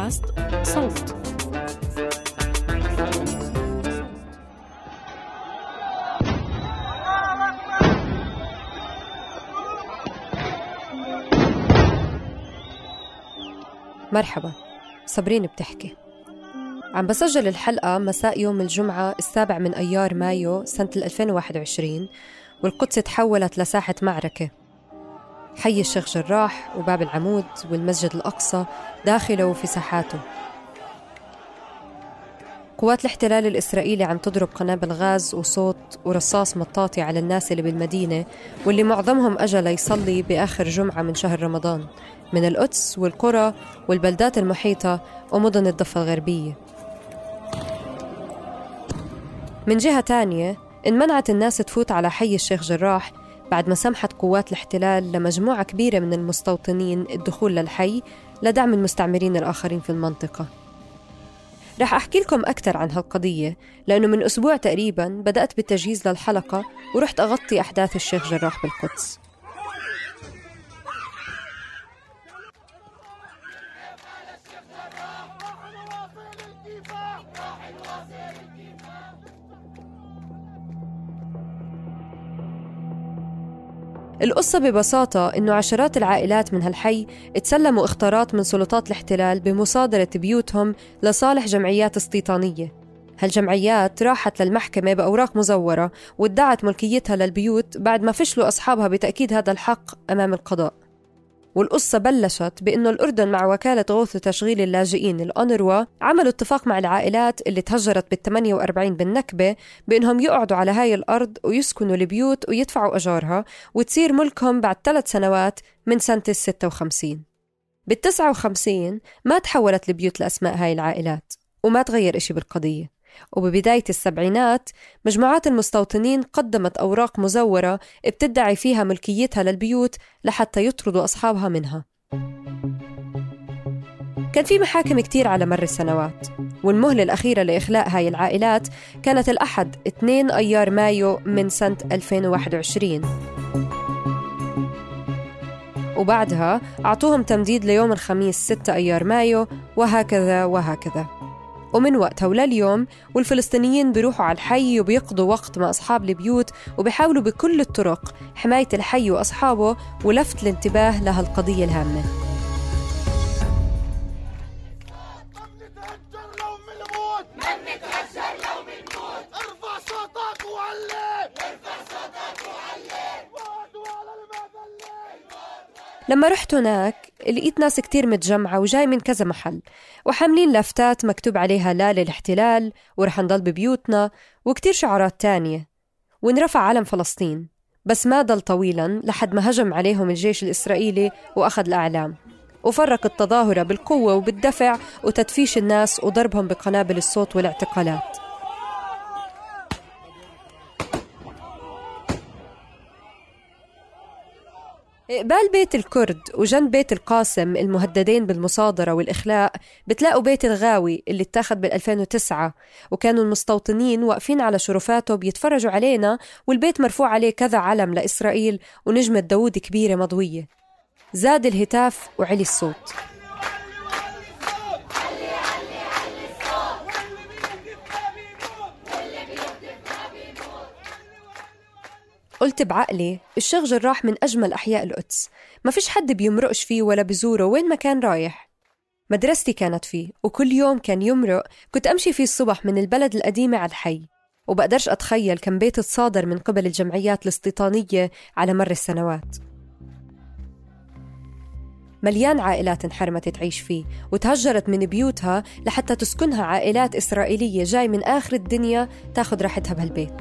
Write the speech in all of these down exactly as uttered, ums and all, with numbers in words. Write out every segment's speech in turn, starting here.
بودكاست صوت. مرحبا، صابرين بتحكي. عم بسجل الحلقة مساء يوم الجمعة السابع من أيار مايو سنة ألفين وواحد وعشرين، والقدس تحولت لساحة معركة. حي الشيخ جراح وباب العمود والمسجد الأقصى داخله في ساحاته. قوات الاحتلال الإسرائيلي عم تضرب قنابل غاز وصوت ورصاص مطاطي على الناس اللي بالمدينة، واللي معظمهم أجا ليصلي بآخر جمعة من شهر رمضان من القدس والقرى والبلدات المحيطة ومدن الضفة الغربية. من جهة تانية، انمنعت الناس تفوت على حي الشيخ جراح بعد ما سمحت قوات الاحتلال لمجموعة كبيرة من المستوطنين الدخول للحي لدعم المستعمرين الآخرين في المنطقة. رح أحكي لكم أكثر عن هالقضية، لأنه من أسبوع تقريباً بدأت بالتجهيز للحلقة ورحت أغطي أحداث الشيخ جراح بالقدس. القصة ببساطة إنه عشرات العائلات من هالحي اتسلموا اختارات من سلطات الاحتلال بمصادرة بيوتهم لصالح جمعيات استيطانية. هالجمعيات راحت للمحكمة بأوراق مزورة وادعت ملكيتها للبيوت بعد ما فشلوا أصحابها بتأكيد هذا الحق أمام القضاء. والقصة بلشت بأنه الأردن مع وكالة غوث وتشغيل اللاجئين الأونروا عملوا اتفاق مع العائلات اللي تهجرت بالثمانية وأربعين بالنكبة بأنهم يقعدوا على هاي الأرض ويسكنوا البيوت ويدفعوا أجارها وتصير ملكهم بعد ثلاث سنوات من سنة الستة وخمسين. بالتسعة وخمسين ما تحولت البيوت لأسماء هاي العائلات وما تغير إشي بالقضية. وببداية السبعينات مجموعات المستوطنين قدمت أوراق مزورة بتدعي فيها ملكيتها للبيوت لحتى يطردوا أصحابها منها. كان في محاكم كتير على مر السنوات، والمهلة الأخيرة لإخلاء هاي العائلات كانت الأحد اثنين أيار مايو من سنة ألفين وواحد وعشرين، وبعدها أعطوهم تمديد ليوم الخميس ستة أيار مايو، وهكذا وهكذا. ومن وقتها ولليوم والفلسطينيين بيروحوا على الحي وبيقضوا وقت مع أصحاب البيوت وبيحاولوا بكل الطرق حماية الحي وأصحابه ولفت الانتباه لهالقضية الهامة. لما رحت هناك لقيت ناس كتير متجمعة وجاي من كذا محل وحاملين لافتات مكتوب عليها لا للاحتلال ورح نضل ببيوتنا وكتير شعارات تانية، ونرفع علم فلسطين. بس ما ضل طويلاً لحد ما هجم عليهم الجيش الإسرائيلي وأخذ الأعلام وفرق التظاهرة بالقوة وبالدفع وتدفيش الناس وضربهم بقنابل الصوت والاعتقالات. قبال بيت الكرد وجنب بيت القاسم المهددين بالمصادرة والإخلاء بتلاقوا بيت الغاوي اللي اتاخد بالألفين وتسعة، وكانوا المستوطنين واقفين على شرفاته بيتفرجوا علينا، والبيت مرفوع عليه كذا علم لإسرائيل ونجمة داود كبيرة مضوية. زاد الهتاف وعلي الصوت. قلت بعقلي الشيخ جراح من أجمل أحياء القدس، ما فيش حد بيمرقش فيه ولا بزوره وين ما كان رايح. مدرستي كانت فيه وكل يوم كان يمرق كنت أمشي فيه الصبح من البلد القديمة على الحي، وبقدرش أتخيل كم بيت تصادر من قبل الجمعيات الاستيطانية على مر السنوات. مليان عائلات انحرمت تعيش فيه وتهجرت من بيوتها لحتى تسكنها عائلات إسرائيلية جاي من آخر الدنيا تاخد راحتها بهالبيت.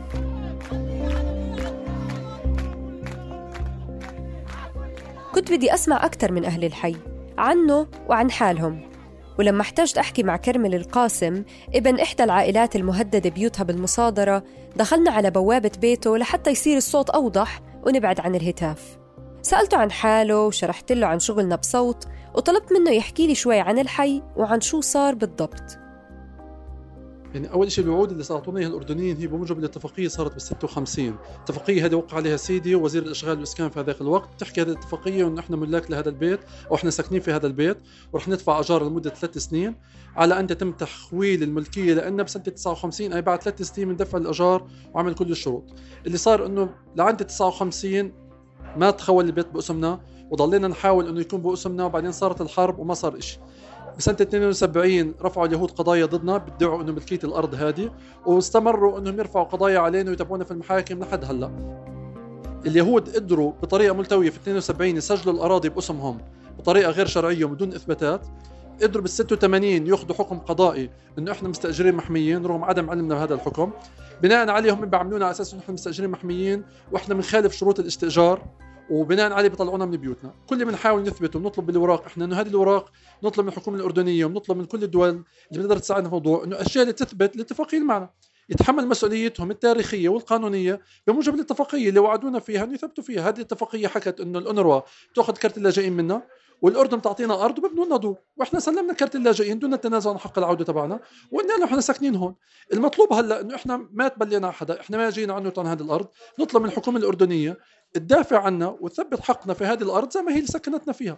كنت بدي أسمع أكتر من أهل الحي عنه وعن حالهم، ولما احتجت أحكي مع كرمل القاسم ابن إحدى العائلات المهددة بيوتها بالمصادرة دخلنا على بوابة بيته لحتى يصير الصوت أوضح ونبعد عن الهتاف. سألته عن حاله وشرحت له عن شغلنا بصوت وطلبت منه يحكي لي شوي عن الحي وعن شو صار بالضبط. يعني أول شيء الوعود اللي أعطونا إياها الأردنيين هي بموجب الاتفاقية صارت بال ستة وخمسين، الاتفاقية هذه وقع عليها سيدي ووزير الإشغال والإسكان في هذاك الوقت، بتحكي هذه الاتفاقية إنه إحنا ملاك لهذا البيت أو إحنا ساكنين في هذا البيت ورح ندفع أجار لمدة ثلاث سنين على أن يتم تحويل الملكية لنا بسنة تسعة وخمسين، أي بعد ثلاث سنين من دفع الأجار وعمل كل الشروط. اللي صار إنه لعند تسعة وخمسين ما تخول البيت باسمنا وضلينا نحاول إنه يكون باسمنا، وبعدين صارت الحرب وما صار إشي. بسنة اثنين وسبعين رفعوا اليهود قضايا ضدنا بيدعوا انه ملكية الارض هذه، واستمروا انهم يرفعوا قضايا علينا ويتابعونا في المحاكم لحد هلا. اليهود قدروا بطريقة ملتوية في اثنين وسبعين يسجلوا الاراضي باسمهم بطريقة غير شرعية وبدون اثباتات. قدروا بال ستة وثمانين ياخذوا حكم قضائي انه احنا مستاجرين محميين رغم عدم علمنا بهذا الحكم. بناء عليهم بيعاملونا على اساس انه احنا مستاجرين محميين واحنا بنخالف شروط الاستئجار، وبناء عليه بيطلعونا من بيوتنا. كل اللي بنحاول نثبت ونطلب بالوراق احنا انه هذه الوراق، نطلب من الحكومه الاردنيه ونطلب من كل الدول اللي بتقدر تساعدنا في الموضوع انه الاشياء اللي تثبت الاتفاقيه اللي معنا يتحمل مسؤوليتهم التاريخيه والقانونيه بموجب الاتفاقيه اللي وعدونا فيها انه يثبتوا فيها. هذه الاتفاقيه حكت انه الأونروا تاخذ كرت اللاجئين منا والاردن تعطينا ارض وببنوا لنا دور، واحنا سلمنا كرت اللاجئين دون التنازل عن حق العوده تبعنا وقلنا لهم احنا ساكنين هون. المطلوب هلا انه احنا ما تبلينا حدا، احنا ما جينا عنه عن هذه الارض، نطلب من الحكومه الاردنيه تدافع عنا وتثبت حقنا في هذه الارض زي ما هي اللي سكنتنا فيها.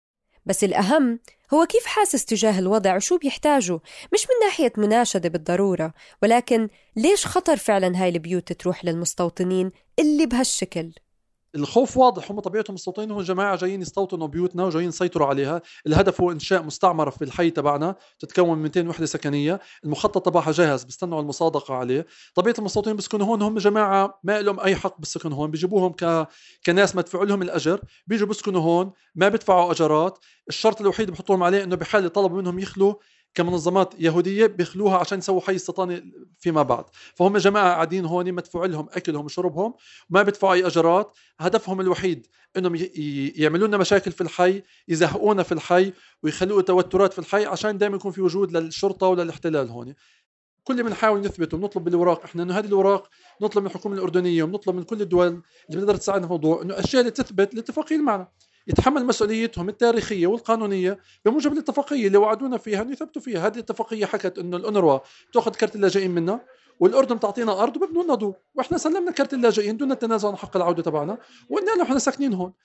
بس الأهم هو كيف حاسس تجاه الوضع وشو بيحتاجوا، مش من ناحية مناشدة بالضرورة، ولكن ليش خطر فعلا هاي البيوت تروح للمستوطنين اللي بهالشكل. الخوف واضح، هم طبيعتهم مستوطنين، هم جماعة جايين يستوطنوا بيوتنا وجايين يسيطروا عليها. الهدف هو إنشاء مستعمرة في الحي تبعنا تتكون من مئتين وحدة سكنية، المخطط تبعها جاهز بيستنوا المصادقة عليه. طبيعة المستوطنين بيسكنوا هون، هم جماعة ما لهم أي حق بالسكن هون، بيجيبوهم ك... كناس مدفوع لهم الأجر، بيجوا بيسكنوا هون ما بيدفعوا أجرات. الشرط الوحيد اللي بيحطوهم عليه إنه بحال طلبوا منهم يخلوا كمنظمات يهودية بيخلوها عشان يسووا حي استيطاني فيما بعد. فهم جماعة قاعدين هون مدفوع لهم أكلهم وشربهم وما بيدفعوا أي أجرات. هدفهم الوحيد إنهم يعملوا لنا مشاكل في الحي، يزهقونا في الحي ويخلوا توترات في الحي عشان دائما يكون في وجود للشرطة وللاحتلال هون. كل اللي بنحاول نثبت ونطلب بالوراق احنا انه هذه الوراق، نطلب من الحكومه الاردنيه ونطلب من كل الدول اللي بتقدر تساعدنا في الموضوع انه الاشياء اللي تثبت الاتفاقيه اللي معنا يتحمل مسؤوليتهم التاريخيه والقانونيه بموجب الاتفاقيه اللي وعدونا فيها انه يثبتوا فيها. هذه الاتفاقيه حكت انه الأونروا تاخذ كرت اللاجئين منا والاردن تعطينا ارض وببنوا لنا دور، واحنا سلمنا كرت اللاجئين دون التنازل عن حق العوده تبعنا وقلنا لهم احنا ساكنين هون.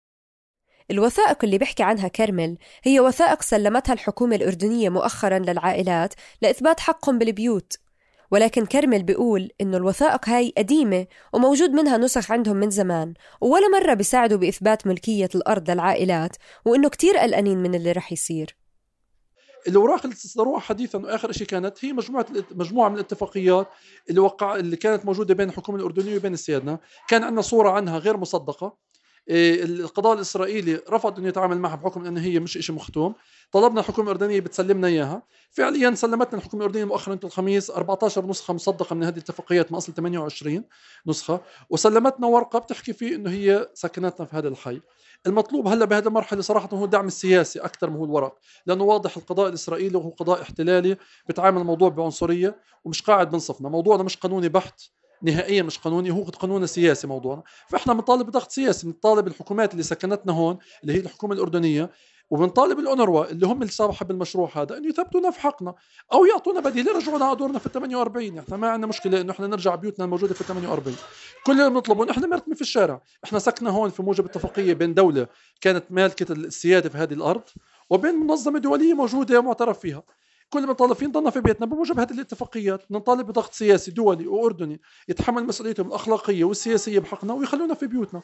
الوثائق اللي بيحكي عنها كرمل هي وثائق سلمتها الحكومة الأردنية مؤخراً للعائلات لإثبات حقهم بالبيوت، ولكن كرمل بيقول إنه الوثائق هاي قديمة وموجود منها نسخ عندهم من زمان ولا مرة بيساعدوا بإثبات ملكية الأرض للعائلات، وإنه كتير قلقانين من اللي رح يصير. الأوراق اللي تصدروها حديثاً وآخر شيء كانت هي مجموعة مجموعة من الاتفاقيات اللي وقع اللي كانت موجودة بين الحكومة الأردنية وبين السيادنا. كان عندنا صورة عنها غير مصدقة، القضاء الإسرائيلي رفض أن يتعامل معها بحكم أن هي مش إشي مختوم. طلبنا الحكومة الأردنية بتسلمنا إياها، فعليا سلمتنا الحكومة الأردنية مؤخرا الخميس أربعة عشر نسخة مصدقة من هذه الاتفاقيات من أصل ثمانية وعشرين نسخة، وسلمتنا ورقة بتحكي فيه أنه هي سكنتنا في هذا الحي. المطلوب هلا بهذه المرحلة صراحة هو الدعم السياسي أكثر من هو الورق، لأنه واضح القضاء الإسرائيلي وهو قضاء احتلالي بتعامل الموضوع بعنصرية ومش قاعد بنصفنا. موضوعنا مش قانوني بحت نهائيا، مش قانوني، هو قانون سياسي موضوعنا. فاحنا بنطالب بضغط سياسي، بنطالب الحكومات اللي سكنتنا هون اللي هي الحكومه الاردنيه، وبنطالب الأونروا اللي هم اللي صاحب المشروع هذا انه يثبتونا في حقنا او يعطونا بديل يرجعونا على دورنا في ثمانية وأربعين. احنا ما عندنا مشكله انه احنا نرجع بيوتنا الموجوده في ثمانية وأربعين. كل اللي بنطلبه احنا مرتمي في الشارع، احنا سكننا هون في موجب اتفاقيه بين دوله كانت مالكه السياده في هذه الارض وبين منظمه دوليه موجوده معترف فيها. كل ما نطالب فيه نضلنا في بيتنا بموجب هذه الاتفاقيات. نطالب بضغط سياسي دولي وأردني يتحمل مسؤوليتهم الأخلاقية والسياسية بحقنا ويخلونا في بيوتنا.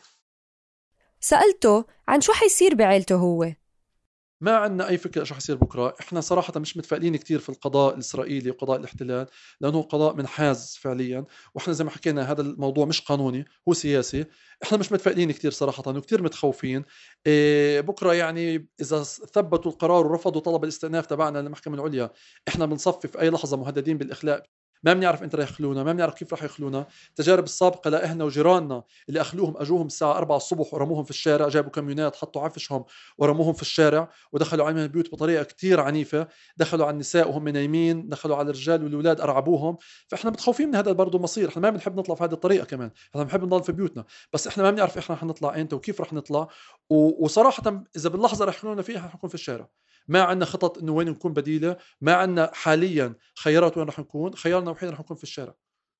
سألته عن شو حيصير بعيلته هو. ما عندنا أي فكرة شو حيصير بكرة. إحنا صراحة مش متفائلين كتير في القضاء الإسرائيلي وقضاء الاحتلال، لأنه قضاء منحاز فعليا، وإحنا زي ما حكينا هذا الموضوع مش قانوني، هو سياسي. إحنا مش متفائلين كتير صراحة وكتير متخوفين. إيه بكرة يعني إذا ثبتوا القرار ورفضوا طلب الاستئناف تبعنا للمحكمة العليا، إحنا بنصفي في أي لحظة مهددين بالإخلاء. ما بنعرف انت رح يخلونا، ما بنعرف كيف رح يخلونا. التجارب السابقه لاهلنا وجيراننا اللي اخلوهم اجوهم الساعه أربعة الصبح ورموهم في الشارع، جابوا كاميونات حطوا عفشهم ورموهم في الشارع ودخلوا عليهم البيوت بطريقه كتير عنيفه، دخلوا على النساء وهم نايمين، دخلوا على الرجال والأولاد ارعبوهم. فاحنا متخوفين من هذا برضه مصير. احنا ما بنحب نطلع في هذه الطريقه، كمان احنا بنحب نضل في بيوتنا، بس احنا ما بنعرف احنا رح نطلع امتى وكيف رح نطلع. وصراحه اذا باللحظه رح يخلونا فيها حنكون في الشارع، ما عندنا خطط إنه وين نكون بديلة، ما عندنا حاليا خيارات وين رح نكون. خيارنا الوحيد رح نكون في الشارع.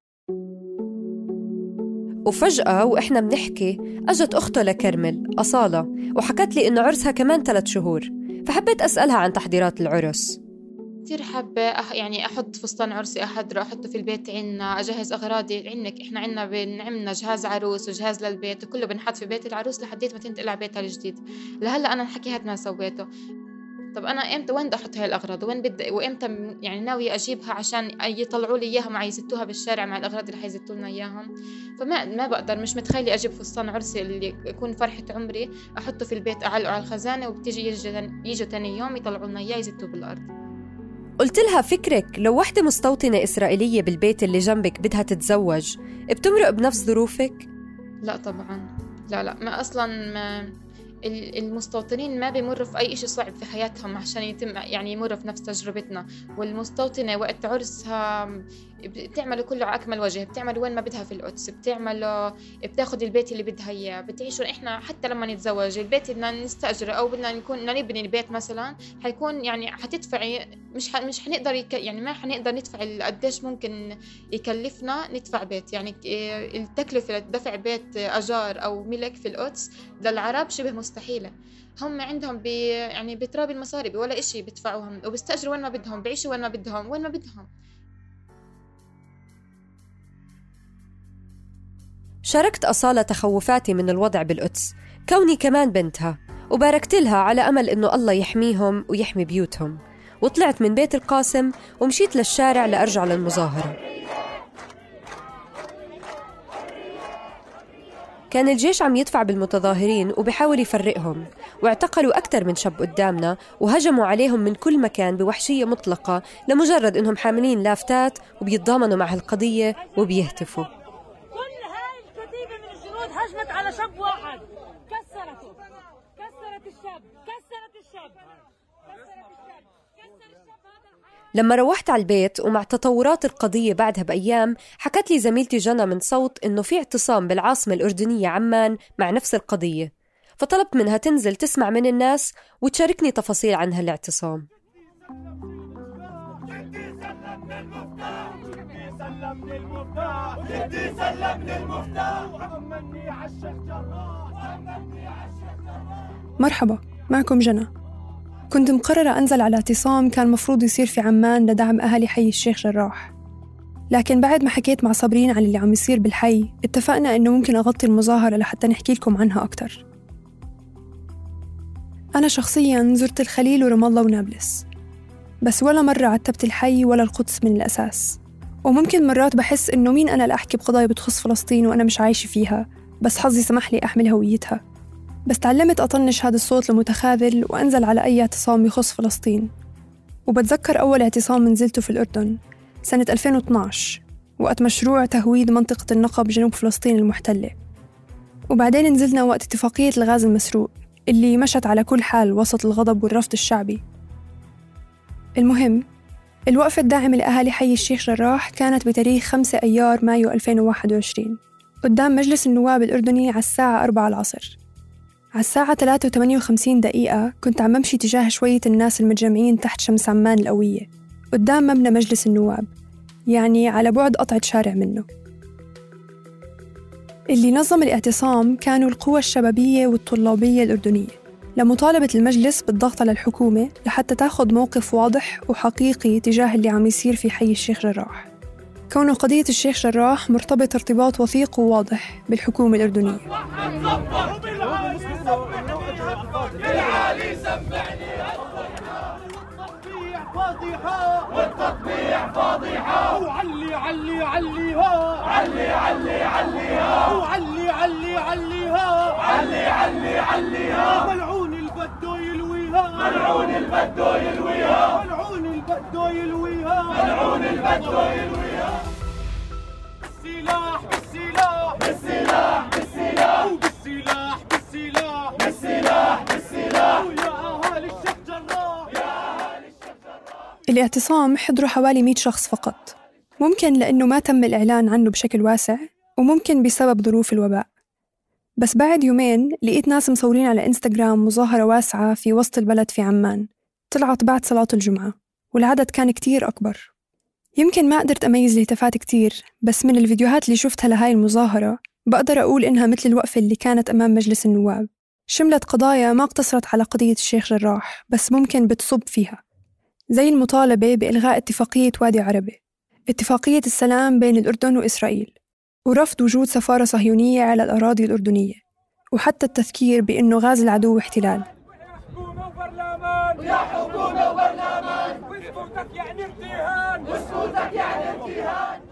وفجأة وإحنا بنحكي أجت أخته لكرمل أصالة وحكت لي إنه عرسها كمان ثلاث شهور، فحبيت أسألها عن تحضيرات العرس. كثير حابة أح يعني أحط فستان عرسي أحضره، أحطه في البيت عنا، أجهز أغراضي. عندك إحنا عنا بنعملنا جهاز عروس وجهاز للبيت وكله بنحط في بيت العروس لحديت ما تنتقل على بيتها الجديد. لهلا أنا الحكي هاد ما سويته. طب أنا إمتى وين بدي أحط هاي الأغراض وين بدي وإمتى يعني ناوية أجيبها عشان يطلعوا لي إياها مع يزتوها بالشارع مع الأغراض اللي حيزتوا لنا إياهم؟ فما ما بقدر، مش متخيلة أجيب فستان عرسي اللي يكون فرحة عمري أحطه في البيت أعلقه على الخزانة وبتيجي يجوا تاني يوم يطلعوا لنا إياه يزتوه بالأرض. قلت لها فكرك لو وحدة مستوطنة إسرائيلية بالبيت اللي جنبك بدها تتزوج بتمرق بنفس ظروفك؟ لا طبعا، لا لا ما أصلا ما المستوطنين ما بيمروا في أي إشي صعب في حياتهم عشان يتم يعني يمروا في نفس تجربتنا. والمستوطنة وقت عرسها بتعمله كله على أكمل وجه، بتعمله وين ما بدها في القدس، بتعمله بتاخد البيت اللي بدها إياه بتعيشه. إحنا حتى لما نتزوج البيت بدنا نستأجره أو بدنا نكون نبني البيت مثلا، حيكون يعني حتدفعي مش ح... مش حنقدر يك... يعني ما حنقدر ندفع قديش ممكن يكلفنا ندفع بيت. يعني التكلفة لدفع بيت أجار أو ملك في القدس للعرب شبه مستحيلة. هم عندهم بي يعني بتراب المصاري ولا إشي بدفعوهم وبيستأجروا وين ما بدهم، بعيشوا وين ما بدهم وين ما بدهم. شاركت أصالة تخوفاتي من الوضع بالقدس كوني كمان بنتها، وباركت لها على أمل إنه الله يحميهم ويحمي بيوتهم، وطلعت من بيت القاسم ومشيت للشارع لأرجع للمظاهرة. كان الجيش عم يدفع بالمتظاهرين وبيحاول يفرقهم، واعتقلوا أكثر من شاب قدامنا وهجموا عليهم من كل مكان بوحشية مطلقة لمجرد إنهم حاملين لافتات وبيتضامنوا مع هالقضية وبيهتفوا. هجمت على شاب واحد كسرته، كسرت الشاب، كسرت الشاب، كسرت الشاب، كسر الشاب هذا. لما روحت على البيت ومع تطورات القضية بعدها بأيام حكت لي زميلتي جنى من صوت إنه في اعتصام بالعاصمة الأردنية عمان مع نفس القضية، فطلبت منها تنزل تسمع من الناس وتشاركني تفاصيل عن هالاعتصام. سلمني المفتاح جدي سلمني المفتاح وأمني على الشيخ جراح أمني على الشيخ جراح. مرحبا، معكم جنى. كنت مقررة أنزل على اعتصام كان مفروض يصير في عمان لدعم أهالي حي الشيخ جراح، لكن بعد ما حكيت مع صابرين عن اللي عم يصير بالحي اتفقنا إنه ممكن أغطي المظاهرة لحتى نحكي لكم عنها أكتر. أنا شخصياً زرت الخليل ورام الله ونابلس، بس ولا مرة عتبت الحي ولا القدس من الأساس. وممكن مرات بحس إنه مين أنا لأحكي بقضايا بتخص فلسطين وأنا مش عايشة فيها، بس حظي سمح لي أحمل هويتها. بس تعلمت أطنش هذا الصوت المتخاذل وأنزل على أي اعتصام يخص فلسطين. وبتذكر أول اعتصام نزلته في الأردن سنة ألفين واثناشر وقت مشروع تهويد منطقة النقب جنوب فلسطين المحتلة، وبعدين نزلنا وقت اتفاقية الغاز المسروق اللي مشت على كل حال وسط الغضب والرفض الشعبي. المهم، الوقفة الداعمة لأهالي حي الشيخ جراح كانت بتاريخ خمسة أيار مايو ألفين وواحد وعشرين قدام مجلس النواب الأردني على الساعة أربعة العصر. على الساعة ثلاثة وثمانية وخمسين دقيقة كنت عم بمشي تجاه شوية الناس المتجمعين تحت شمس عمان القوية قدام مبنى مجلس النواب، يعني على بعد قطعة شارع منه. اللي نظم الاعتصام كانوا القوى الشبابية والطلابية الأردنية لمطالبة المجلس بالضغط على الحكومة لحتى تاخد موقف واضح وحقيقي تجاه اللي عم يصير في حي الشيخ جراح، كونه قضية الشيخ جراح مرتبط ارتباط وثيق وواضح بالحكومة الأردنية. والتطبيع فاضحة وعلي علي عليها علي علي عليها وعلي علي عليها علي علي عليها ملعون البدو يلويها ملعون البدو يلويها ملعون البدو يلويها ملعون البدو يلويها. بالسلاح بالسلاح بالسلاح بالسلاح وبالسلاح بالسلاح بالسلاح بالسلاح ويا أهالي الشيخ جراح يا أهالي الشيخ جراح. الاعتصام حضروا حوالي مئة شخص فقط، ممكن لأنه ما تم الإعلان عنه بشكل واسع وممكن بسبب ظروف الوباء. بس بعد يومين لقيت ناس مصورين على إنستغرام مظاهرة واسعة في وسط البلد في عمان طلعت بعد صلاة الجمعة، والعدد كان كتير أكبر. يمكن ما قدرت أميز الهتافات كتير، بس من الفيديوهات اللي شفتها لهاي المظاهرة بقدر أقول إنها مثل الوقفة اللي كانت أمام مجلس النواب. شملت قضايا ما اقتصرت على قضية الشيخ جراح، بس ممكن بتصب فيها، زي المطالبة بإلغاء اتفاقية وادي عربة، اتفاقية السلام بين الأردن وإسرائيل، ورفض وجود سفارة صهيونية على الأراضي الأردنية، وحتى التذكير بأنه غاز العدو احتلال. يا حكومة وبرلمان وسكوتك يعني امتهان، وسكوتك يعني امتهان.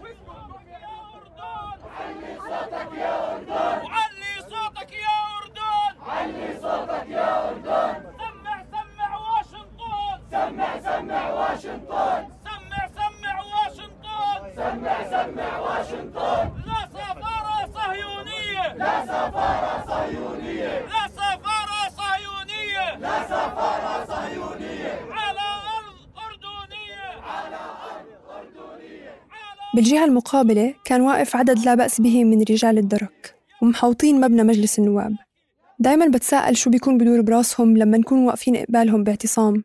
علي صوتك يا أردن، وعلي صوتك يا أردن، علي صوتك يا أردن. سمع سمع واشنطن، سمع سمع واشنطن، سمع سمع واشنطن، سمع سمع واشنطن. لا سفارة صهيونية، لا سفارة صهيونية، لا سفارة صهيونية، لا سفارة صهيونية على أرض أردنية، على أرض أردنية. بالجهة المقابلة كان واقف عدد لا بأس به من رجال الدرك ومحوطين مبنى مجلس النواب. دايماً بتساءل شو بيكون بدور براسهم لما نكون واقفين قبالهم باعتصام.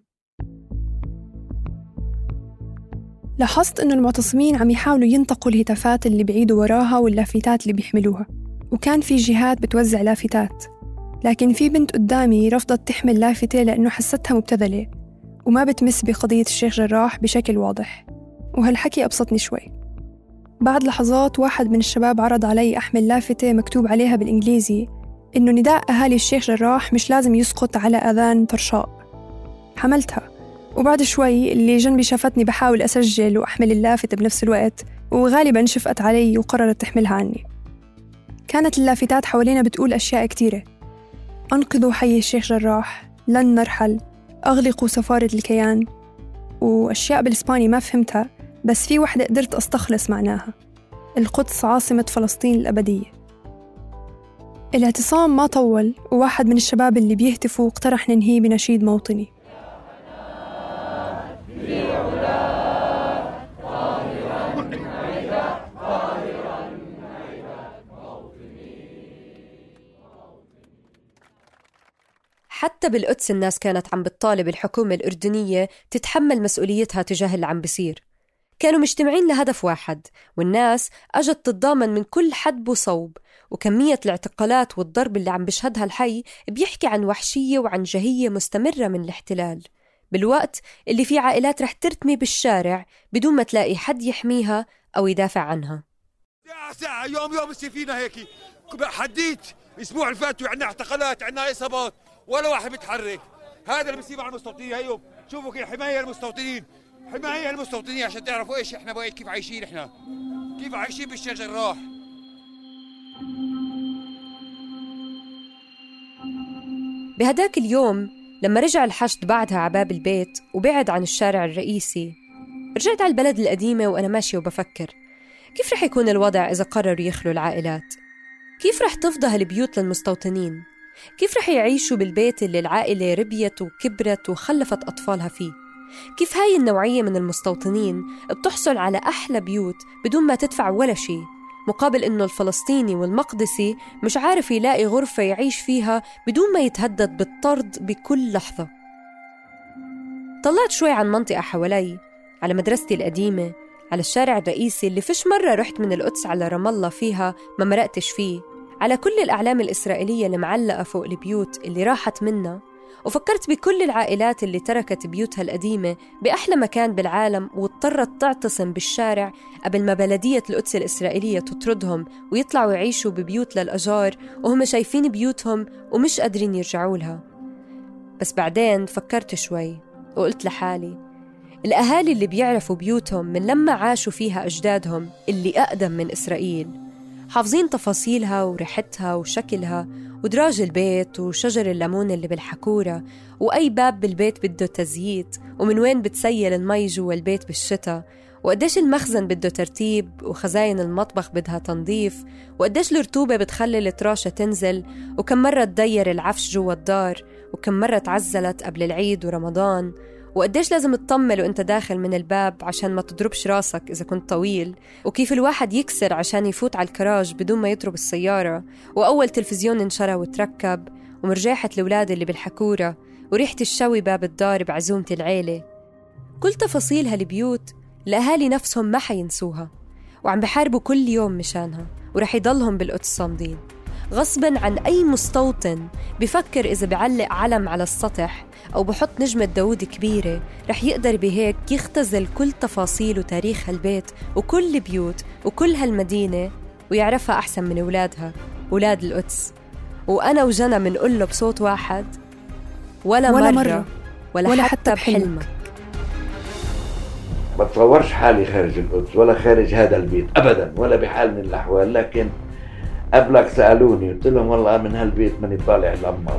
لاحظت إنه المعتصمين عم يحاولوا ينتقوا الهتافات اللي بعيدوا وراها واللافتات اللي بيحملوها، وكان في جهات بتوزع لافتات، لكن في بنت قدامي رفضت تحمل لافتة لأنه حستها مبتذلة وما بتمس بقضية الشيخ جراح بشكل واضح، وهالحكي أبسطني شوي. بعد لحظات واحد من الشباب عرض علي أحمل لافتة مكتوب عليها بالإنجليزي إنه نداء أهالي الشيخ جراح مش لازم يسقط على أذان طرشاء. حملتها، وبعد شوي اللي جنبي شافتني بحاول أسجل وأحمل اللافتة بنفس الوقت، وغالباً شفقت علي وقررت تحملها عني. كانت اللافتات حوالينا بتقول أشياء كتيرة: أنقذوا حي الشيخ جراح، لن نرحل، أغلقوا سفارة الكيان، وأشياء بالإسباني ما فهمتها، بس في وحدة قدرت أستخلص معناها: القدس عاصمة فلسطين الأبدية. الاعتصام ما طول، وواحد من الشباب اللي بيهتفوا اقترح ننهيه بنشيد موطني. حتى بالقدس الناس كانت عم بتطالب الحكومة الأردنية تتحمل مسؤوليتها تجاه اللي عم بيصير. كانوا مجتمعين لهدف واحد، والناس أجت تتضامن من كل حدب وصوب، وكمية الاعتقالات والضرب اللي عم بيشهدها الحي بيحكي عن وحشية وعن جهية مستمرة من الاحتلال، بالوقت اللي في عائلات رح ترتمي بالشارع بدون ما تلاقي حد يحميها أو يدافع عنها. ساعة ساعة يوم يوم بصير فينا هيك. حديت الأسبوع اللي فات عندنا اعتقالات، عندنا إصابات، ولا واحد بيتحرك. هذا اللي بيصير مع المستوطنين. هيو شوفوا كيف حماية المستوطنين، حماية المستوطنين عشان تعرفوا إيش إحنا بقى كيف عايشين، إحنا كيف عايشين بالشيخ جراح. بهداك اليوم لما رجع الحشد بعدها عباب البيت وبعد عن الشارع الرئيسي، رجعت على البلد القديمة وأنا ماشية وبفكر كيف رح يكون الوضع إذا قرروا يخلوا العائلات؟ كيف رح تفضى هالبيوت للمستوطنين؟ كيف رح يعيشوا بالبيت اللي العائلة ربيت وكبرت وخلفت أطفالها فيه؟ كيف هاي النوعية من المستوطنين بتحصل على أحلى بيوت بدون ما تدفع ولا شيء، مقابل إنه الفلسطيني والمقدسي مش عارف يلاقي غرفة يعيش فيها بدون ما يتهدد بالطرد بكل لحظة؟ طلعت شوي عن منطقة حوالي، على مدرستي القديمة، على الشارع الرئيسي اللي فيش مرة رحت من القدس على رام الله فيها ما مرقتش فيه، على كل الأعلام الإسرائيلية اللي معلقة فوق البيوت اللي راحت منها، وفكرت بكل العائلات اللي تركت بيوتها القديمة بأحلى مكان بالعالم واضطرت تعتصم بالشارع قبل ما بلدية القدس الإسرائيلية تطردهم ويطلعوا يعيشوا ببيوت للأجار وهم شايفين بيوتهم ومش قادرين يرجعوا لها. بس بعدين فكرت شوي وقلت لحالي، الأهالي اللي بيعرفوا بيوتهم من لما عاشوا فيها أجدادهم اللي أقدم من إسرائيل، حافظين تفاصيلها وريحتها وشكلها ودراج البيت وشجر الليمون اللي بالحكورة وأي باب بالبيت بده تزييت ومن وين بتسيل المي جوا البيت بالشتاء، وقديش المخزن بده ترتيب وخزاين المطبخ بدها تنظيف، وقديش الرطوبة بتخلي التراشة تنزل، وكم مرة تدير العفش جوا الدار، وكم مرة تعزلت قبل العيد ورمضان، وقديش لازم تطمل وانت داخل من الباب عشان ما تضربش راسك إذا كنت طويل، وكيف الواحد يكسر عشان يفوت على الكراج بدون ما يضرب السيارة، وأول تلفزيون انشرى وتركب، ومرجاحة الأولاد اللي بالحكورة وريحة الشوي باب الدار بعزومة العيلة. كل تفاصيل هالبيوت الأهالي نفسهم ما حينسوها، وعم بحاربوا كل يوم مشانها، ورح يضلهم بالقدس صامدين غصباً عن أي مستوطن بفكر إذا بعلق علم على السطح أو بحط نجمة داود كبيرة رح يقدر بهيك يختزل كل تفاصيل وتاريخ هالبيت وكل البيوت وكل هالمدينة ويعرفها أحسن من أولادها، أولاد القدس. وأنا وجنى منقول له بصوت واحد: ولا, ولا مرة, مرة ولا, ولا حتى, حتى بحلمك. ما تصورش حالي خارج القدس ولا خارج هذا البيت أبداً ولا بحال من الأحوال، لكن قبلك سألوني قلت لهم والله من هالبيت ماني طالع لما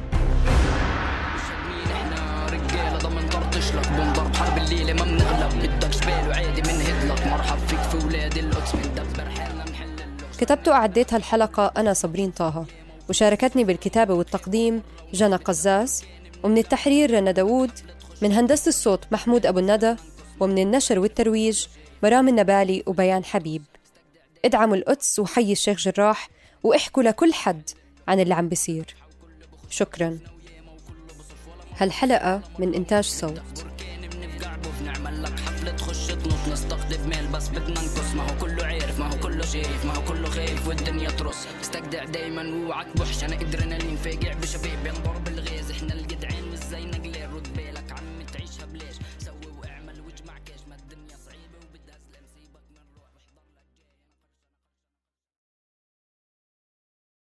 احنا رجاله ضمن طرطش لك بنضرب حرب الليله ما بنغلب بدك جبال وعادي منهد لك مرحب فيك في ولاد القدس بندبر حالنا نحل. كتبت وأعديت هالحلقة أنا صابرين طه، وشاركتني بالكتابة والتقديم جنى قزاز، ومن التحرير رنا داود، من هندسة الصوت محمود أبو الندى، ومن النشر والترويج مرام النبالي وبيان حبيب. ادعموا القدس وحي الشيخ جراح واحكوا لكل حد عن اللي عم بيصير. شكراً. هالحلقة من إنتاج صوت. نعمل لك حفلة تخش تنط نستقطب مال بس بدنا نقص، ما هو كله عارف ما هو كله شايف ما هو كله خايف والدنيا ترص. استجدع دايما ووعك بوحش أنا إدرينالين فاجع بشباب ينضرب الغاز، إحنا الجدعان مش زي نجلة